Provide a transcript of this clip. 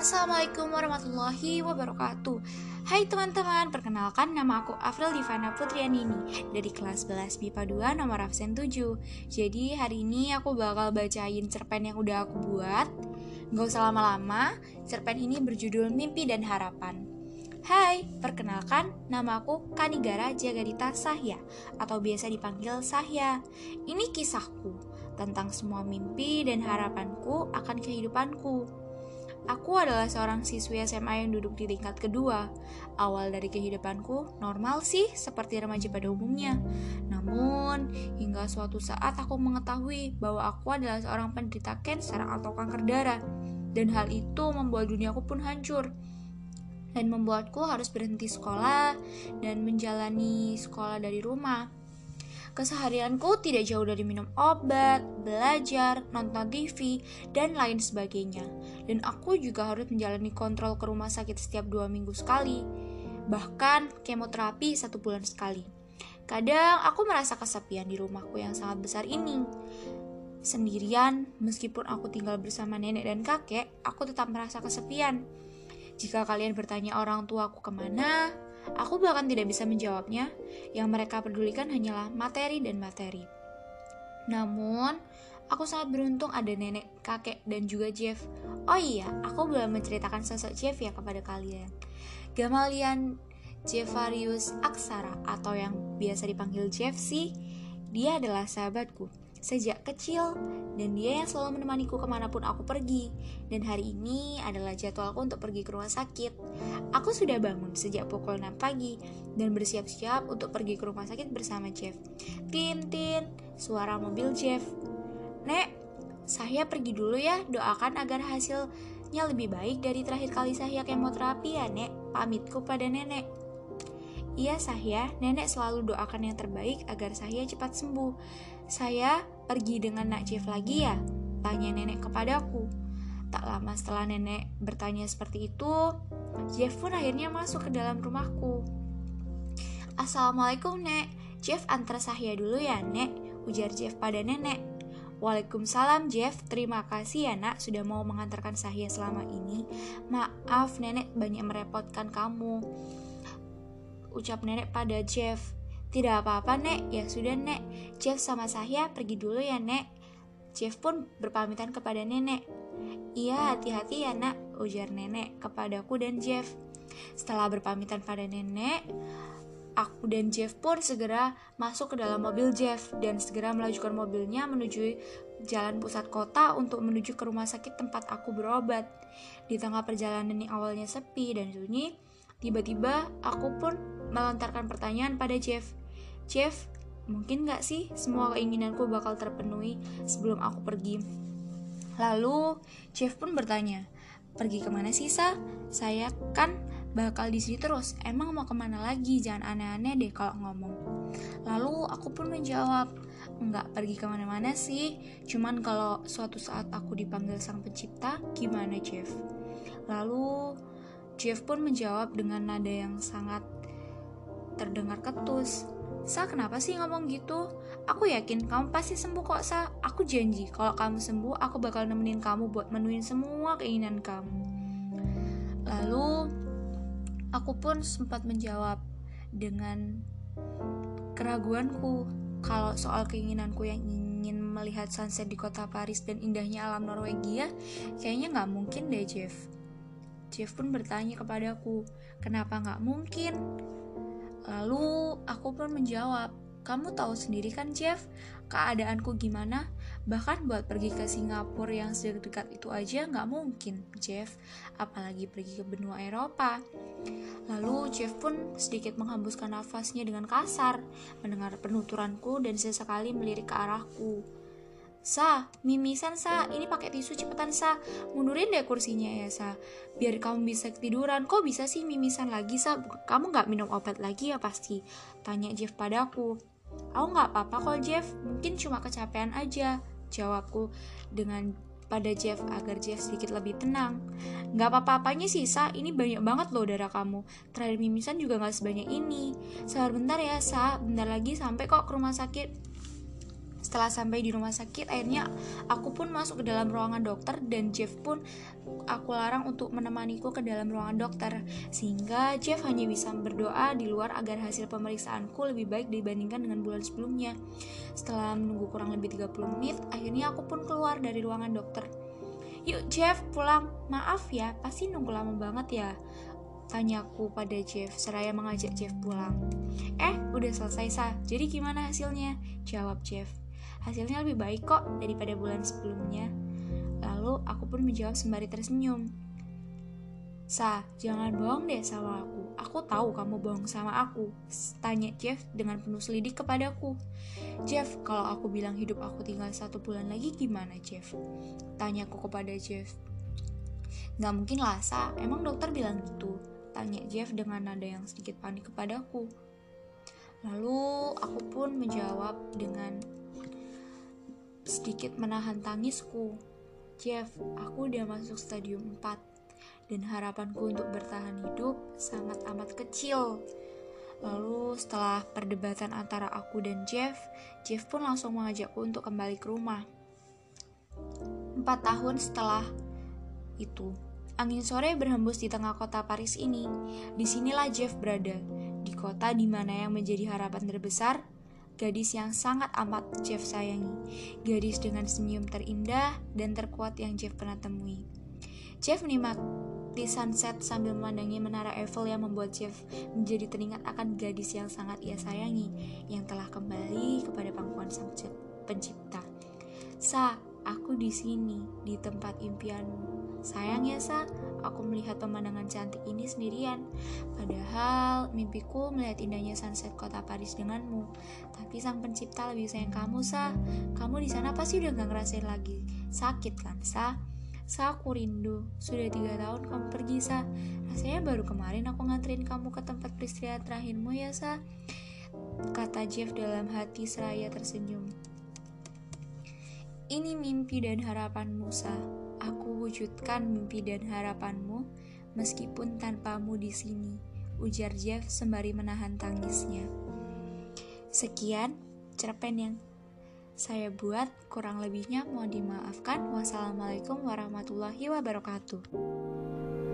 Assalamualaikum warahmatullahi wabarakatuh. Hai teman-teman, perkenalkan nama aku Afril Divana Putrianini dari kelas 11 MIPA 2 nomor absen 7. Jadi hari ini aku bakal bacain cerpen yang udah aku buat. Gak usah lama-lama, cerpen ini berjudul Mimpi dan Harapan. Hai, perkenalkan nama aku Kanigara Jagadita Sahya atau biasa dipanggil Sahya. Ini kisahku tentang semua mimpi dan harapanku akan kehidupanku. Aku adalah seorang siswi SMA yang duduk di tingkat kedua. Awal dari kehidupanku normal sih, seperti remaja pada umumnya. Namun, hingga suatu saat aku mengetahui bahwa aku adalah seorang penderita kanker atau kanker darah. Dan hal itu membuat duniaku pun hancur. Dan membuatku harus berhenti sekolah dan menjalani sekolah dari rumah. Keseharianku tidak jauh dari minum obat, belajar, nonton TV, dan lain sebagainya. Dan aku juga harus menjalani kontrol ke rumah sakit setiap 2 minggu sekali. Bahkan kemoterapi 1 bulan sekali. Kadang aku merasa kesepian di rumahku yang sangat besar ini. Sendirian, meskipun aku tinggal bersama nenek dan kakek, aku tetap merasa kesepian. Jika kalian bertanya orang tuaku kemana, aku bahkan tidak bisa menjawabnya. Yang mereka pedulikan hanyalah materi dan materi. Namun, aku sangat beruntung ada nenek, kakek, dan juga Jeff. Oh iya, aku belum menceritakan sosok Jeff ya kepada kalian. Gamalian Jeffarius Aksara atau yang biasa dipanggil Jeff sih, dia adalah sahabatku sejak kecil, dan dia yang selalu menemaniku kemanapun aku pergi. Dan hari ini adalah jadwalku untuk pergi ke rumah sakit. Aku sudah bangun sejak pukul 6 pagi dan bersiap-siap untuk pergi ke rumah sakit bersama Jeff. Tin, suara mobil Jeff. Nek, saya pergi dulu ya, doakan agar hasilnya lebih baik dari terakhir kali saya kemoterapi ya Nek, pamitku pada nenek. Iya Sahya, nenek selalu doakan yang terbaik agar Sahya cepat sembuh. Saya pergi dengan Nak Jeff lagi ya? Tanya nenek kepadaku. Tak lama setelah nenek bertanya seperti itu, Jeff pun akhirnya masuk ke dalam rumahku. Assalamualaikum Nek, Jeff antar Sahya dulu ya Nek, ujar Jeff pada nenek. Waalaikumsalam Jeff, terima kasih ya Nak sudah mau mengantarkan Sahya selama ini. Maaf nenek banyak merepotkan kamu, ucap nenek pada Jeff. Tidak apa-apa Nek, ya sudah Nek, Jeff sama Sahya pergi dulu ya Nek. Jeff pun berpamitan kepada nenek. Iya hati-hati ya Nak, ujar nenek kepadaku dan Jeff. Setelah berpamitan pada nenek, aku dan Jeff pun segera masuk ke dalam mobil Jeff dan segera melajukan mobilnya menuju jalan pusat kota untuk menuju ke rumah sakit tempat aku berobat. Di tengah perjalanan yang awalnya sepi dan sunyi, tiba-tiba aku pun melontarkan pertanyaan pada Jeff. Jeff, mungkin gak sih semua keinginanku bakal terpenuhi sebelum aku pergi? Lalu Jeff pun bertanya, pergi kemana sih Sa? Saya kan bakal di sini terus. Emang mau kemana lagi? Jangan aneh-aneh deh kalau ngomong. Lalu aku pun menjawab, enggak pergi kemana-mana sih. Cuman kalau suatu saat aku dipanggil Sang Pencipta, gimana Jeff? Lalu Jeff pun menjawab dengan nada yang sangat terdengar ketus. Sa, kenapa sih ngomong gitu? Aku yakin kamu pasti sembuh kok, Sa. Aku janji, kalau kamu sembuh, aku bakal nemenin kamu buat menuhin semua keinginan kamu. Lalu, aku pun sempat menjawab dengan keraguanku kalau soal keinginanku yang ingin melihat sunset di kota Paris dan indahnya alam Norwegia, kayaknya gak mungkin deh, Jeff. Jeff pun bertanya kepadaku, kenapa gak mungkin? Lalu aku pun menjawab, kamu tahu sendiri kan Jeff, keadaanku gimana? Bahkan buat pergi ke Singapura yang sedekat itu aja gak mungkin Jeff, apalagi pergi ke benua Eropa. Lalu Jeff pun sedikit menghembuskan nafasnya dengan kasar, mendengar penuturanku dan sesekali melirik ke arahku. Sa, mimisan Sa, ini pakai tisu cepetan Sa, mundurin deh kursinya ya Sa, biar kamu bisa ketiduran. Kok bisa sih mimisan lagi Sa, kamu gak minum obat lagi ya pasti? Tanya Jeff padaku. Aku gak apa-apa kok Jeff, mungkin cuma kecapean aja, jawabku dengan pada Jeff agar Jeff sedikit lebih tenang. Gak apa-apanya sih Sa, ini banyak banget loh darah kamu, terakhir mimisan juga gak sebanyak ini. Sabar bentar ya Sa, bentar lagi sampai kok ke rumah sakit. Setelah sampai di rumah sakit, akhirnya aku pun masuk ke dalam ruangan dokter dan Jeff pun aku larang untuk menemaniku ke dalam ruangan dokter, sehingga Jeff hanya bisa berdoa di luar agar hasil pemeriksaanku lebih baik dibandingkan dengan bulan sebelumnya. Setelah menunggu kurang lebih 30 menit, akhirnya aku pun keluar dari ruangan dokter. "Yuk Jeff, pulang. Maaf ya, pasti nunggu lama banget ya," tanyaku pada Jeff seraya mengajak Jeff pulang. Udah selesai Sa, jadi gimana hasilnya?" Jawab Jeff. "Hasilnya lebih baik kok daripada bulan sebelumnya." Lalu aku pun menjawab sembari tersenyum. "Sa, jangan bohong deh sama aku. Aku tahu kamu bohong sama aku," tanya Jeff dengan penuh selidik kepadaku. "Jeff, kalau aku bilang hidup aku tinggal 1 bulan lagi gimana Jeff?" tanyaku kepada Jeff. "Gak mungkin lah Sa, emang dokter bilang gitu?" tanya Jeff dengan nada yang sedikit panik kepadaku. Lalu aku pun menjawab dengan sedikit menahan tangisku. "Jeff, aku udah masuk stadium 4 dan harapanku untuk bertahan hidup sangat amat kecil." Lalu setelah perdebatan antara aku dan Jeff pun langsung mengajakku untuk kembali ke rumah. 4 tahun setelah itu, angin sore berhembus di tengah kota Paris ini. Disinilah Jeff berada, di kota di mana yang menjadi harapan terbesar, gadis yang sangat amat Jeff sayangi, gadis dengan senyum terindah dan terkuat yang Jeff pernah temui. Jeff menikmati sunset sambil memandangi menara Eiffel yang membuat Jeff menjadi teringat akan gadis yang sangat ia sayangi, yang telah kembali kepada pangkuan Sang Pencipta. "Sa, aku di sini, di tempat impianmu. Sayang ya Sa, aku melihat pemandangan cantik ini sendirian. Padahal mimpiku melihat indahnya sunset kota Paris denganmu. Tapi Sang Pencipta lebih sayang kamu Sa. Kamu di sana pasti udah gak ngerasain lagi sakit kan Sa? Sa, aku rindu. Sudah 3 tahun kamu pergi Sa. Rasanya baru kemarin aku nganterin kamu ke tempat peristirahatan terakhirmu ya Sa," kata Jeff dalam hati seraya tersenyum. "Ini mimpi dan harapanmu Sa. Aku wujudkan mimpi dan harapanmu meskipun tanpamu di sini," ujar Jeff sembari menahan tangisnya. Sekian cerpen yang saya buat, kurang lebihnya mohon dimaafkan. Wassalamualaikum warahmatullahi wabarakatuh.